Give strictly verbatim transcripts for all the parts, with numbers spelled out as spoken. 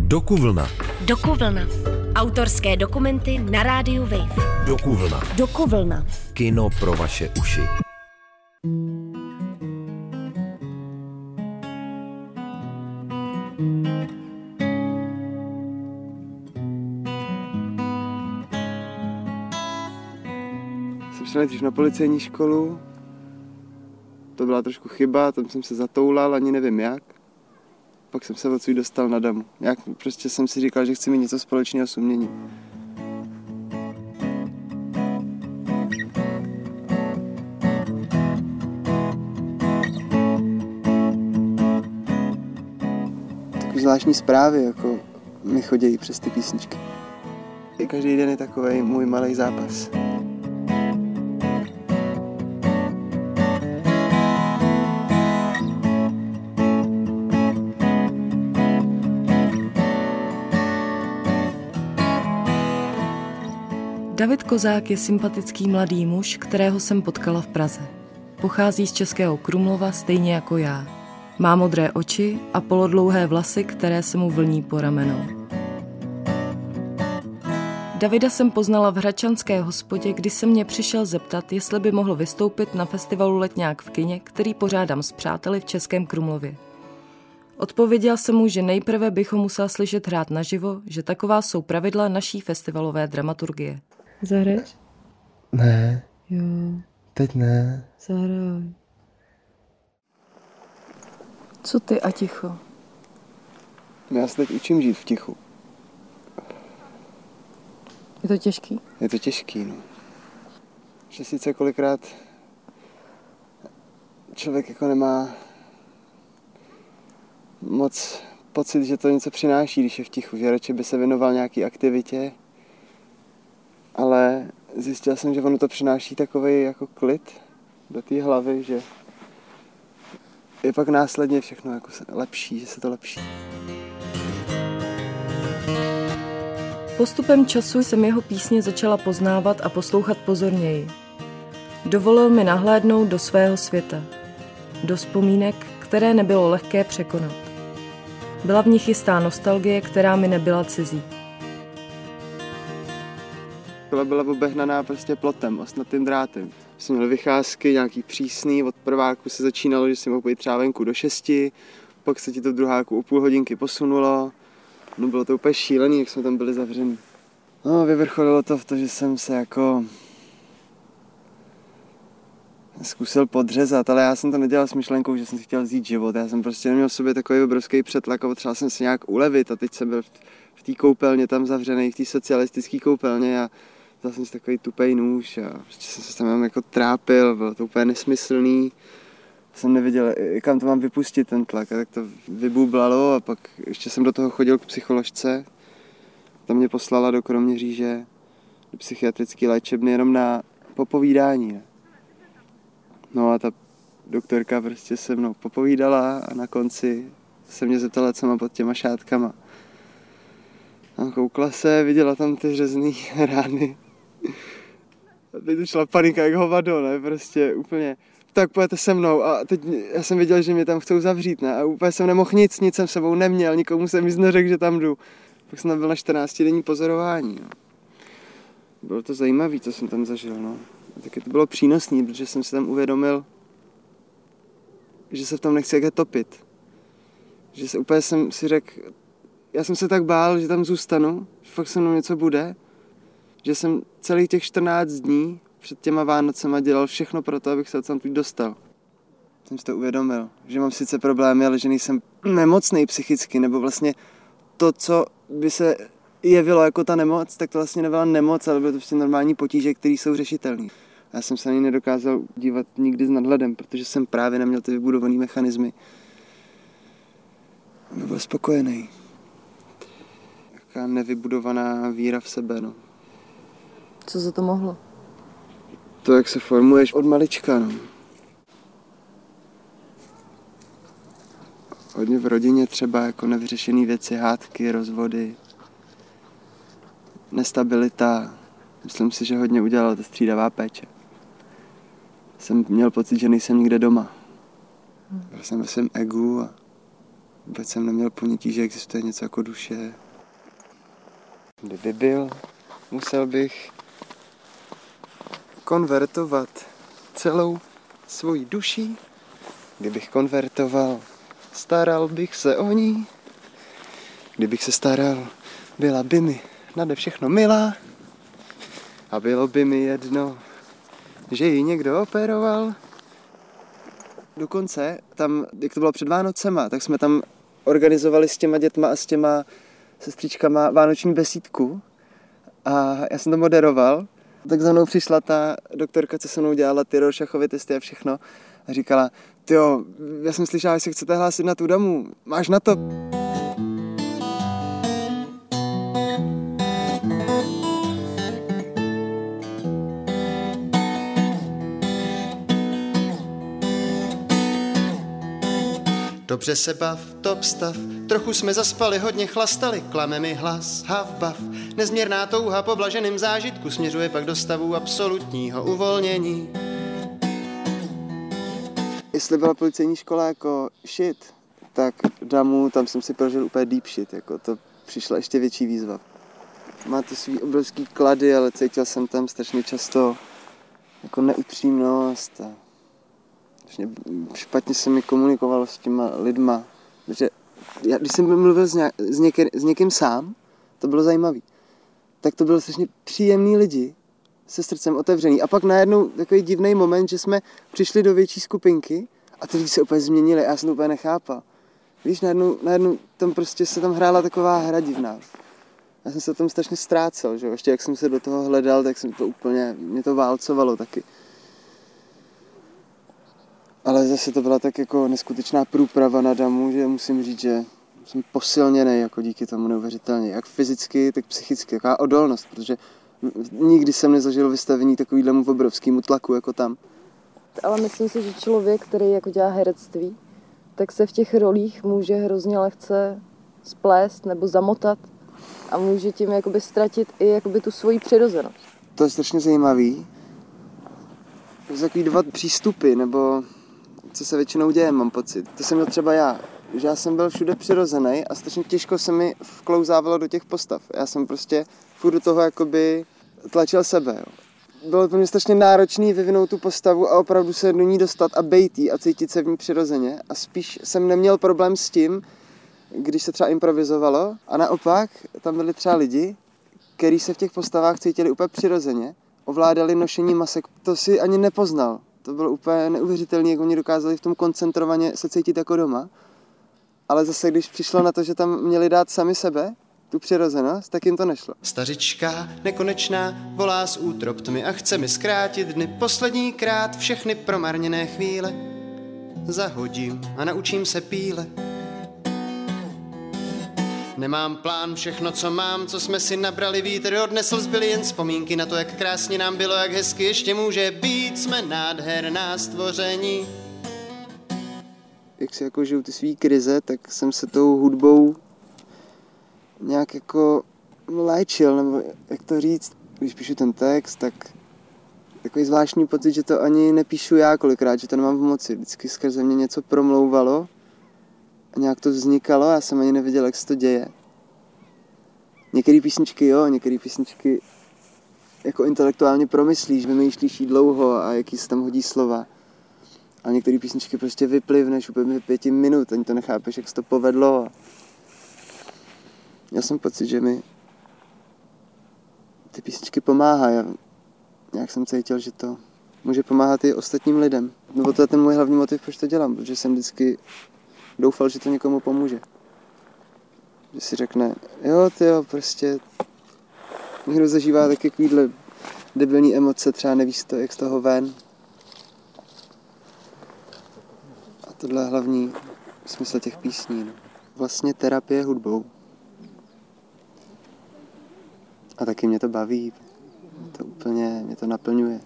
Dokuvlna. Dokuvlna. Autorské dokumenty na rádiu Wave. Dokuvlna. Dokuvlna. Kino pro vaše uši. Jsem šel nejdřív na policejní školu, to byla trošku chyba, tam jsem se zatoulal, ani nevím jak. Pak jsem se odsud dostal na damu. Jak prostě jsem si říkal, že chci mít něco společného s uměním. Takové zvláštní zprávy, jako mi chodí přes ty písničky. Každý den je takovej můj malý zápas. David Kozák je sympatický mladý muž, kterého jsem potkala v Praze. Pochází z Českého Krumlova stejně jako já. Má modré oči a polodlouhé vlasy, které se mu vlní po ramenou. Davida jsem poznala v hradčanské hospodě, kdy se mě přišel zeptat, jestli by mohl vystoupit na festivalu Letňák v kině, který pořádám s přáteli v Českém Krumlově. Odpověděl jsem mu, že nejprve bychom musel slyšet hrát naživo, že taková jsou pravidla naší festivalové dramaturgie. Zahraješ? Ne. Jo. Teď ne. Zahraj. Co ty a ticho? Já se teď učím žít v tichu. Je to těžký? Je to těžký, no. Že sice kolikrát člověk jako nemá moc pocit, že to něco přináší, když je v tichu, že radši by se věnoval nějaký aktivitě, ale zjistil jsem, že ono to přináší takovej jako klid do té hlavy, že je pak následně všechno jako lepší, že se to lepší. Postupem času jsem jeho písně začala poznávat a poslouchat pozorněji. Dovolil mi nahlédnout do svého světa, do vzpomínek, které nebylo lehké překonat. Byla v nich jistá nostalgie, která mi nebyla cizí. Škola byla obehnaná prostě plotem, ostnatým drátem. Jsme měli vycházky, nějaký přísný, od prváku se začínalo, že si mohl být třeba venku do šesti, pak se ti to v druháku o půl hodinky posunulo. No bylo to úplně šílený, jak jsme tam byli zavřený. No, vyvrcholilo to v to, že jsem se jako zkusil podřezat, ale já jsem to nedělal s myšlenkou, že jsem si chtěl vzít život. Já jsem prostě neměl v sobě takový obrovský přetlak a potřeboval jsem se nějak ulevit a teď jsem byl v té koupelně tam zavřený, v té socialistické koupelně a vzal jsem si takový tupej nůž a prostě jsem se tam jako trápil, bylo to úplně nesmyslný. Jsem nevěděl, kam to mám vypustit ten tlak, a tak to vybublalo a pak ještě jsem do toho chodil k psycholožce. Ta mě poslala do Kroměříže, do psychiatrické léčebny jenom na popovídání. Ne? No a ta doktorka prostě se mnou popovídala a na konci se mě zeptala, co mám pod těma šátkama. A koukla se, viděla tam ty řezný rány. A teď šla panika jak hovado, ne, prostě úplně. Tak pojďte se mnou a teď já jsem viděl, že mě tam chcou zavřít, ne, a úplně jsem nemohl nic, nic jsem sebou neměl, nikomu jsem nic neřekl, že tam jdu. Pak jsem tam byl na čtrnáctidenní pozorování, no. Bylo to zajímavé, co jsem tam zažil, no. A taky to bylo přínosné, protože jsem si tam uvědomil, že se v tom nechci jak topit. Že se úplně jsem si řekl, já jsem se tak bál, že tam zůstanu, že fakt se mnou něco bude, že jsem celých těch čtrnáct dní před těma Vánocema dělal všechno pro to, abych se tam dostal. Jsem si to uvědomil, že mám sice problémy, ale že nejsem nemocný psychicky, nebo vlastně to, co by se jevilo jako ta nemoc, tak to vlastně nebyla nemoc, ale byly to prostě normální potíže, které jsou řešitelné. Já jsem se na ní nedokázal dívat nikdy s nadhledem, protože jsem právě neměl ty vybudované mechanismy. Byl spokojený. Jaká nevybudovaná víra v sebe, no. Co za to mohlo? To, jak se formuješ od malička, no. Hodně v rodině třeba jako nevyřešené věci, hádky, rozvody, nestabilita. Myslím si, že hodně udělala ta střídavá péče. Jsem měl pocit, že nejsem nikde doma. Byl jsem ve svém egu a Vůbec jsem neměl ponětí, že existuje něco jako duše. Kdyby byl, musel bych konvertovat celou svoji duši. Kdybych konvertoval, staral bych se o ní. Kdybych se staral, byla by mi nade všechno milá. A bylo by mi jedno, že ji někdo operoval. Dokonce tam, jak to bylo před Vánocema, tak jsme tam organizovali s těma dětma a s těma sestřičkama vánoční besídku. A já jsem to moderoval. Tak za mnou přišla ta doktorka, co se mnou dělala ty Rorschachovy testy a všechno. A říkala, tyjo, já jsem slyšela, že se chcete hlásit na tu damu. Máš na to? Dobře se bav, top stav, trochu jsme zaspali, hodně chlastali, klame mi hlas, hav, bav. Nezměrná touha po blaženém zážitku směřuje pak do stavu absolutního uvolnění. Jestli byla policejní škola jako shit, tak damu, tam jsem si prožil úplně deep shit, jako to přišla ještě větší výzva. Má to svý obrovský klady, ale cítil jsem tam strašně často jako neupřímnost a špatně se mi komunikovalo s těma lidma, protože já, když jsem mluvil s, nějak, s, něký, s někým sám, to bylo zajímavý, tak to bylo strašně příjemný lidi, se srdcem otevřený. A pak najednou takový divný moment, že jsme přišli do větší skupinky a ty lidi se úplně změnili a já jsem to úplně nechápal. Víš, najednou, najednou tam prostě se tam hrála taková hra divná. Já jsem se tam strašně ztrácel, že jo, ještě jak jsem se do toho hledal, tak jsem to úplně, mě to válcovalo taky. Ale zase to byla tak jako neskutečná průprava na damu, že musím říct, že jsem posilněný jako díky tomu neuvěřitelně. Jak fyzicky, tak psychicky. Taková odolnost, protože nikdy jsem nezažil vystavení takovýhlemu obrovskému tlaku jako tam. Ale myslím si, že člověk, který jako dělá herectví, tak se v těch rolích může hrozně lehce splést nebo zamotat a může tím jakoby ztratit i jakoby tu svoji přirozenost. To je strašně zajímavý. To jsou takový dva přístupy, nebo co se většinou děje, mám pocit. To jsem měl třeba já, že já jsem byl všude přirozený a strašně těžko se mi vklouzávalo do těch postav. Já jsem prostě furt do toho jakoby tlačil sebe. Jo. Bylo pro mě strašně náročný vyvinout tu postavu a opravdu se do ní dostat a bejt jí a cítit se v ní přirozeně. A spíš jsem neměl problém s tím, když se třeba improvizovalo a naopak tam byli třeba lidi, kteří se v těch postavách cítili úplně přirozeně, ovládali nošení masek, to si ani nepoznal. To bylo úplně neuvěřitelné, jak oni dokázali v tom koncentrovaně se cítit jako doma. Ale zase, když přišlo na to, že tam měli dát sami sebe, tu přirozenost, tak jim to nešlo. Stařička nekonečná volá z útrop tmy a chce mi zkrátit dny. Poslední krát všechny promarněné chvíle zahodím a naučím se píle. Nemám plán, všechno, co mám, co jsme si nabrali, vítr odnesl, zbyly jen vzpomínky na to, jak krásně nám bylo, jak hezky ještě může být, jsme nádherná stvoření. Jak si jako žiju ty svý krize, tak jsem se tou hudbou nějak jako léčil, nebo jak to říct, když píšu ten text, tak takový zvláštní pocit, že to ani nepíšu já kolikrát, že to nemám v moci. Vždycky skrze mě něco promlouvalo a nějak to vznikalo, já jsem ani nevěděl, jak se to děje. Některé písničky jo, některé písničky jako intelektuálně promyslíš, vymýšlíš jí dlouho a jaký se tam hodí slova. A některé písničky prostě vyplivneš úplně pěti minut, ani to nechápeš, jak se to povedlo. Já jsem pocit, že mi ty písničky pomáhají. Nějak jsem cítil, že to může pomáhat i ostatním lidem. Nebo to je ten můj hlavní motiv, proč to dělám, protože jsem vždycky doufal, že to někomu pomůže. Že si řekne, jo, tyjo, prostě někdo zažívá takovýhle debilní emoce, třeba nevíš to, jak z toho ven. A tohle je hlavní smysl těch písní. No. Vlastně terapie hudbou. A taky mě to baví. To úplně mě to naplňuje.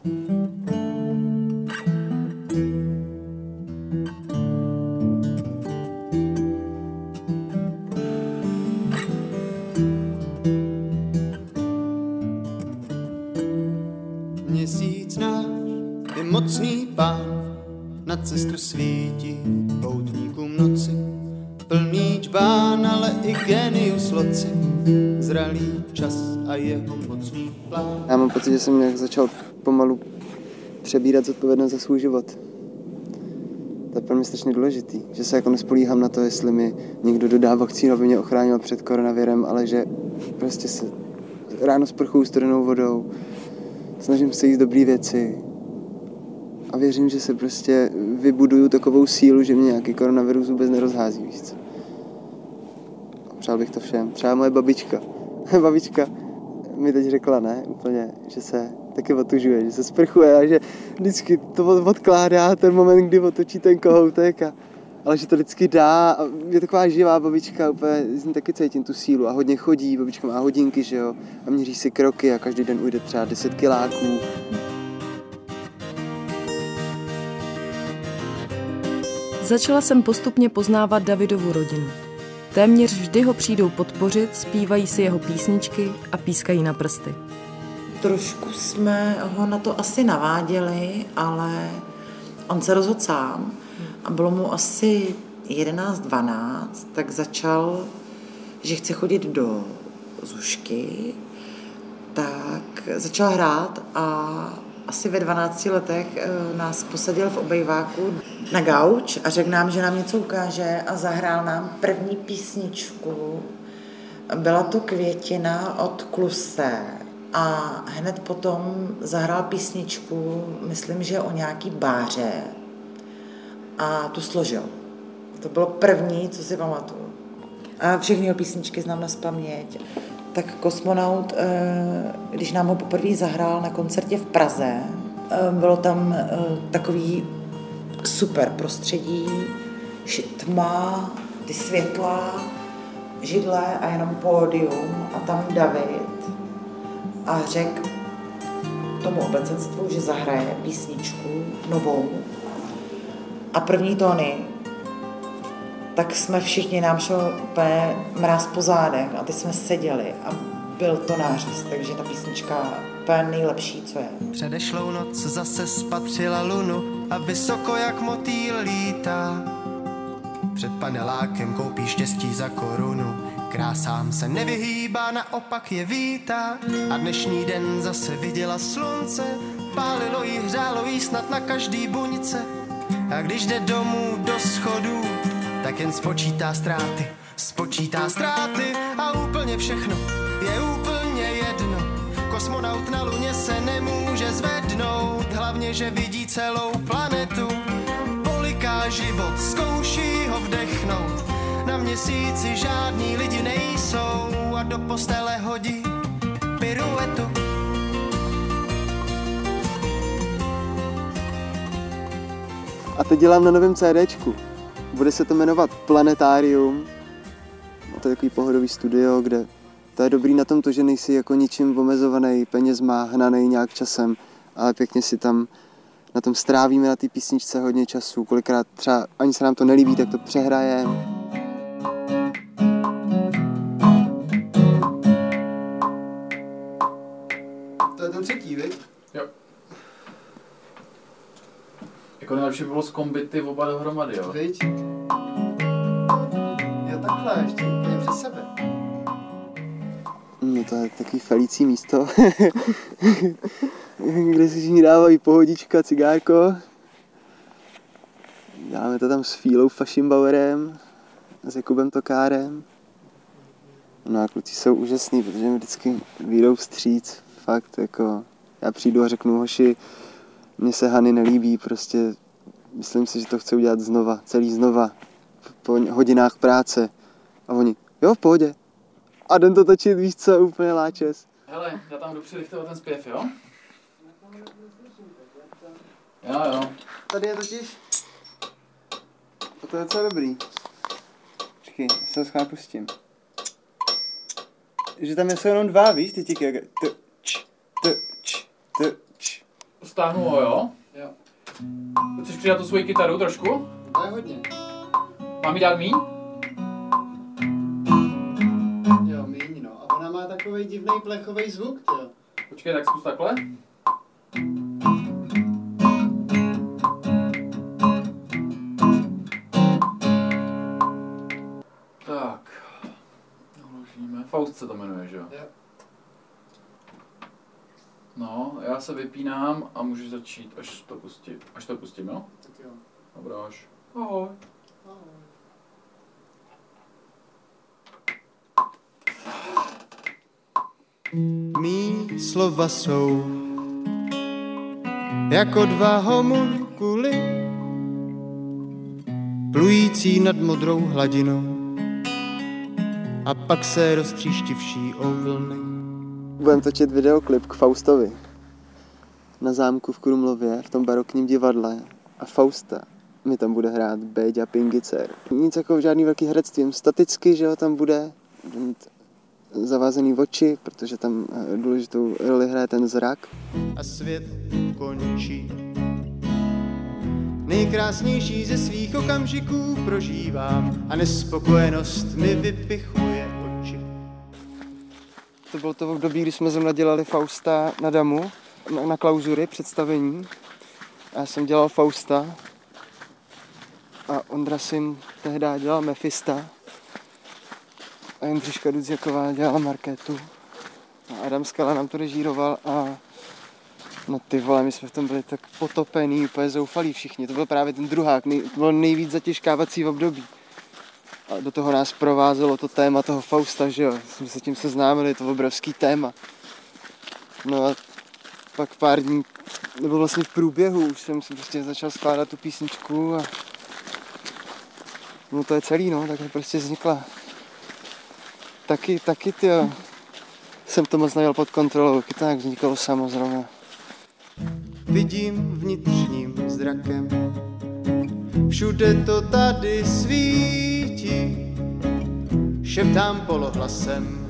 Měsíc náš je mocný pán, na cestu svítí poutníkům noci, plný džbán, ale i genius loci, zralý čas a jeho mocný plán. Já mám pocit, že jsem nějak začal pomalu přebírat zodpovědnost za svůj život. To je pro mě strašně důležitý, že se jako nespolíhám na to, jestli mi někdo dodá vakcínu, aby mě ochránil před koronavirem, ale že prostě se ráno sprchuju studenou vodou, snažím se jíst dobrý věci a věřím, že se prostě vybuduju takovou sílu, že mě nějaký koronavirus vůbec nerozhází, víš co. Přál bych to všem. Třeba moje babička. babička mi teď řekla, ne, úplně, že se taky otužuje, že se sprchuje a že vždycky to odkládá ten moment, kdy otočí ten kohoutek, a, ale že to vždycky dá a je taková živá babička, úplně z ní taky cítím tu sílu a hodně chodí, babička má hodinky, že jo, a měří si kroky a každý den ujde třeba deset kiláků. Začala jsem postupně poznávat Davidovu rodinu. Téměř vždy ho přijdou podpořit, zpívají si jeho písničky a pískají na prsty. Trošku jsme ho na to asi naváděli, ale on se rozhodl sám a bylo mu asi jedenáct dvanáct, tak začal, že chce chodit do zušky, tak začal hrát a asi ve dvanácti letech nás posadil v obejváku na gauč a řekl nám, že nám něco ukáže a zahrál nám první písničku. Byla to Květina od Klusé a hned potom zahrál písničku, myslím, že o nějaký báře a tu složil. To bylo první, co si pamatuju. A všechny jeho písničky znám nazpaměť. Tak Kosmonaut, když nám ho poprvé zahrál na koncertě v Praze, bylo tam takový super prostředí, tma, ty světla, židle a jenom pódium a tam David a řekl tomu obecenstvu, že zahraje písničku novou a první tóny, tak jsme všichni, nám šel úplně mráz po zádech a teď jsme seděli a byl to nářez, takže ta písnička úplně nejlepší, co je. Předešlou noc zase spatřila lunu a vysoko jak motýl lítá. Před panelákem koupí štěstí za korunu, krásám se nevyhýbá, naopak je vítá. A dnešní den zase viděla slunce, pálilo jí, hřálo jí snad na každý buňce. A když jde domů do schodů, tak jen spočítá ztráty, spočítá ztráty a úplně všechno je úplně jedno. Kosmonaut na luně se nemůže zvednout, hlavně, že vidí celou planetu. Poliká život, zkouší ho vdechnout, na měsíci žádní lidi nejsou a do postele hodí piruetu. A teď dělám na novém CDčku. Bude se to jmenovat Planetárium. To je takový pohodový studio, kde to je dobrý na tom to, že nejsi jako ničím omezovaný, penězma, hnanej nějak časem, ale pěkně si tam na tom strávíme na té písničce hodně času. Kolikrát třeba ani se nám to nelíbí, tak to přehrajeme. To je ten třetí, viď? Jo. Jako nejlepší bylo zkombit ty oba dohromady, jo? Viď? Jo, takhle, ještě úplně přes sebe. No to je takový falící místo, kde si všichni dávají pohodička, cigárko. Dáme to tam s Fílou Fašimbauerem a s Jakubem Tokárem. No a kluci jsou úžasný, protože mi vždycky vyjdou vstříc. Fakt, jako, já přijdu a řeknu, hoši, mně se Hany nelíbí, prostě myslím si, že to chci udělat znova, celý znova, po hodinách práce. A oni, jo, v pohodě. A jdem to točit, víš co, úplně láčes. Hele, já tam jdu přilichtovat ten zpěv, jo? Jo, jo. Tady je totiž... A to je docela dobrý. Počkej, já se ho schválně pustím. Že tam jsou jenom dva, víš, ty tiky, jak... T, č, t, č, t, č. Stáhnu ho, jo? Jo. Chceš přidat tu svoji kytaru trošku? To je hodně. Mám jí dát míň? Jo, míň, no. A ona má takovej divnej plechovej zvuk, jo. Počkej, tak zkus takhle. Tak. Pustíme. Faust se to jmenuje, že jo? Jo. No, já se vypínám a můžeš začít, až to pustím. Až to pustím, jo? Tak jo. Dobráš. Ahoj. Ahoj. Mí slova jsou jako dva homunkuly, plující nad modrou hladinou a pak se roztříštivší o vlny. Budeme točit videoklip k Faustovi na zámku v Krumlově, v tom barokním divadle, a Fausta mi tam bude hrát Béďa Pingicer. Nic jako žádný velký herectví, staticky, že jo, tam bude mít zavázený oči, protože tam důležitou roli hraje ten zrak. A svět končí. Nejkrásnější ze svých okamžiků prožívám a nespokojenost mi vypichuje oči. To bylo to období, kdy jsme zrovna dělali Fausta na Damu, na, na klauzury, představení. A já jsem dělal Fausta a Ondra Sim tehdy dělal Mefista a Jindřiška Dudziaková dělala Markétu a Adam Skala nám to režíroval a no ty vole, my jsme v tom byli tak potopený, úplně zoufalí všichni. To byl právě ten druhák, nej, to bylo nejvíc zatěžkávací období. A do toho nás provázelo to téma toho Fausta, že jo, jsme se tím seznámili, to obrovský téma. No a pak pár dní, nebo vlastně v průběhu, už jsem si prostě začal skládat tu písničku a no to je celý, no, takhle prostě vznikla. Taky, taky, tyjo, jsem to moc neměl pod kontrolou, taky to nějak vznikalo samozrávně. Vidím vnitřním zrakem, všude to tady svítí, šeptám polohlasem,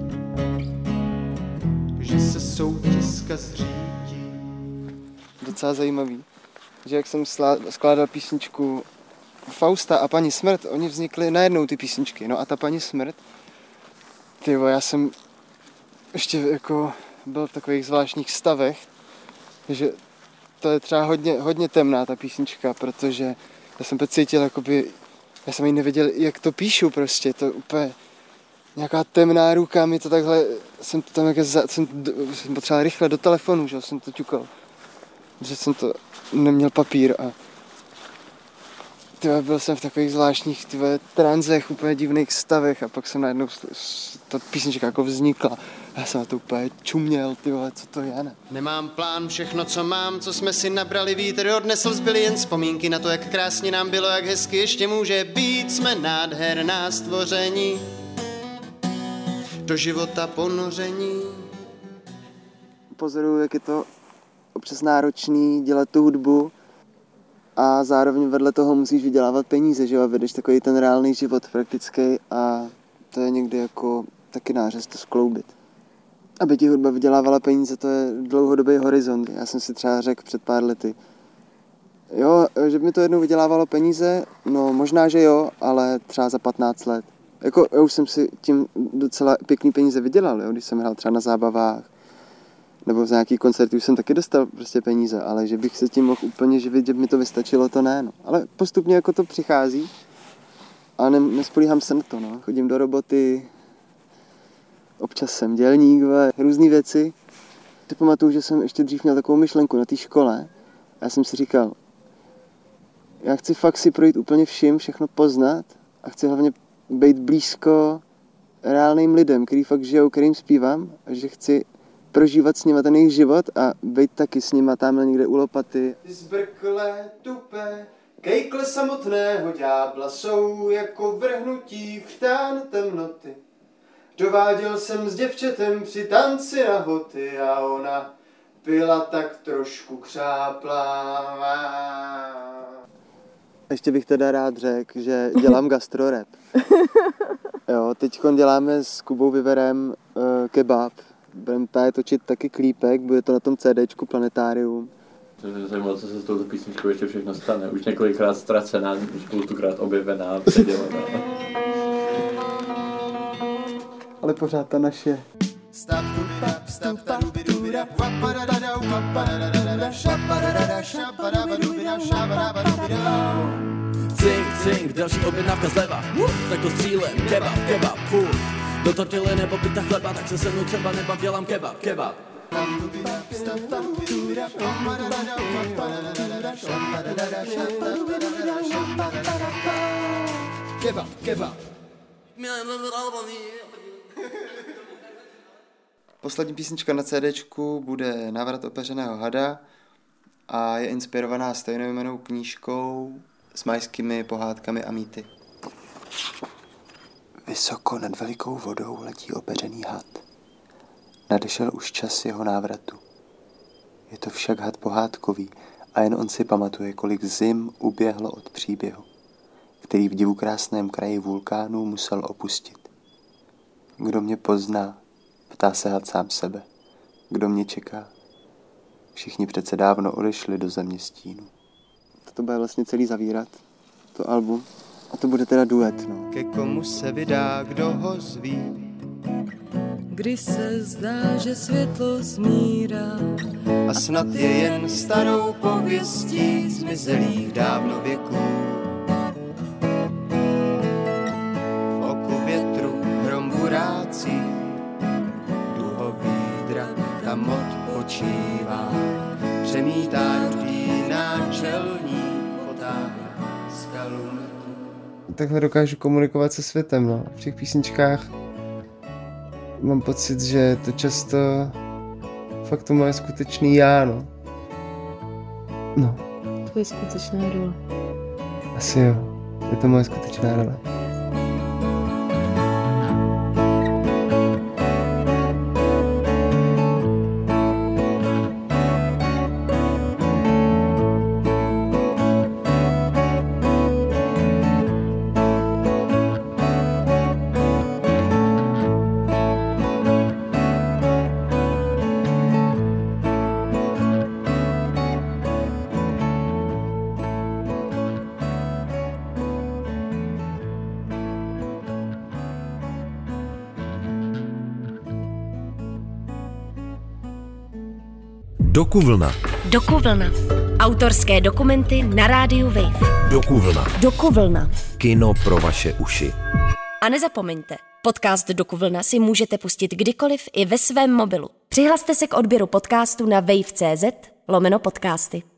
že se soutiska zřítí. Docela zajímavý, že jak jsem skládal písničku Fausta a Paní smrt, oni vznikly najednou ty písničky, no a ta Paní smrt, tyjo, já jsem ještě jako byl v takových zvláštních stavech, že to je třeba hodně, hodně temná ta písnička, protože já jsem to cítil, jakoby, já jsem jí nevěděl, jak to píšu prostě, to úplně nějaká temná ruka, mi to takhle, jsem to tam, jak za, jsem, jsem potřeboval rychle do telefonu, že jsem to ťukal, že jsem to neměl papír a tyhle, byl jsem v takových zvláštních tyhle, tranzech, úplně divných stavech a pak jsem najednou, ta písnička jako vznikla. Já jsem na to úplně čuměl, ty vole, co to je, ne? Nemám plán, všechno, co mám, co jsme si nabrali, vítr odnesl, zbyly jen vzpomínky na to, jak krásně nám bylo, jak hezky ještě může být. Jsme nádherná stvoření, do života ponoření. Pozoruju, jak je to občas náročný dělat tu hudbu a zároveň vedle toho musíš vydělávat peníze, že jo, a vedeš takový ten reálný život praktický a to je někdy jako taky nářez to skloubit. Aby ti hudba vydělávala peníze, to je dlouhodobý horizont. Já jsem si třeba řekl před pár lety, jo, že by mi to jednou vydělávalo peníze, no možná, že jo, ale třeba za patnáct let. Jako já už jsem si tím docela pěkný peníze vydělal, jo, když jsem hrál třeba na zábavách, nebo z nějaký koncertů jsem taky dostal prostě peníze, ale že bych se tím mohl úplně živit, že by mi to vystačilo, to ne, no. Ale postupně jako to přichází a ne, nespolíhám se na to, no. Chodím do roboty, občas jsem dělník, různý věci. Si pamatuju, že jsem ještě dřív měl takovou myšlenku na té škole. Já jsem si říkal, já chci fakt si projít úplně vším, všechno poznat a chci hlavně být blízko reálným lidem, který fakt žijou, kterým zpívám a že chci prožívat s nima ten jejich život a být taky s nima tamhle někde u lopaty. Zbrklé, tupé, kejkle samotného ďábla jsou jako vrhnutí vchtán temnoty. Dováděl jsem s děvčetem při tanci na hoty a ona byla tak trošku křáplá. Ještě bych teda rád řekl, že dělám gastrorap. Jo, teďkon děláme s Kubou Viverem uh, kebab. Budeme tady točit taky klípek, bude to na tom CDčku Planetarium. To je zajímavé, co se s touto písničkou ještě všechno stane. Už několikrát ztracená, spoustukrát objevená, předělaná. Ale pořád ta naše. Cink, cink, další objednávka zleva. Tak to střílem, kebab, kebab, full. do tortily nebo pita chleba, tak se sednu třeba nebo dělám kebab, kebab. Kebab, kebab. Poslední písnička na CDčku bude Návrat opeřeného hada a je inspirovaná stejnojmennou knížkou s majskými pohádkami a mýty. Vysoko nad velikou vodou letí opeřený had. Nadešel už čas jeho návratu. Je to však had pohádkový a jen on si pamatuje, kolik zim uběhlo od příběhu, který v divokrásném kraji vulkánů musel opustit. Kdo mě pozná, ptá se had sám sebe. Kdo mě čeká? Všichni přece dávno odešli do země stínů. To bude vlastně celý zavírat, to album. A to bude teda duet, no. Ke komu se vydá, kdo ho zví? Kdy se zdá, že světlo smírá A snad je jen starou pověstí zmizelých dávno věků. V oku větru hrom burácí, duhový drak tam odpočívá. Přemítá rudý náčelník, potáhá skalu. Takhle dokážu komunikovat se světem, no. V těch písničkách mám pocit, že to často fakt to moje skutečný já, no. No. Tvoje skutečná role. Asi jo. Je to moje skutečná role. Dokuvlna. Dokuvlna. Autorské dokumenty na rádiu Wave. Dokuvlna. Dokuvlna. Kino pro vaše uši. A nezapomeňte, podcast Dokuvlna si můžete pustit kdykoliv i ve svém mobilu. Přihlaste se k odběru podcastu na wave tečka cz lomeno podcasty.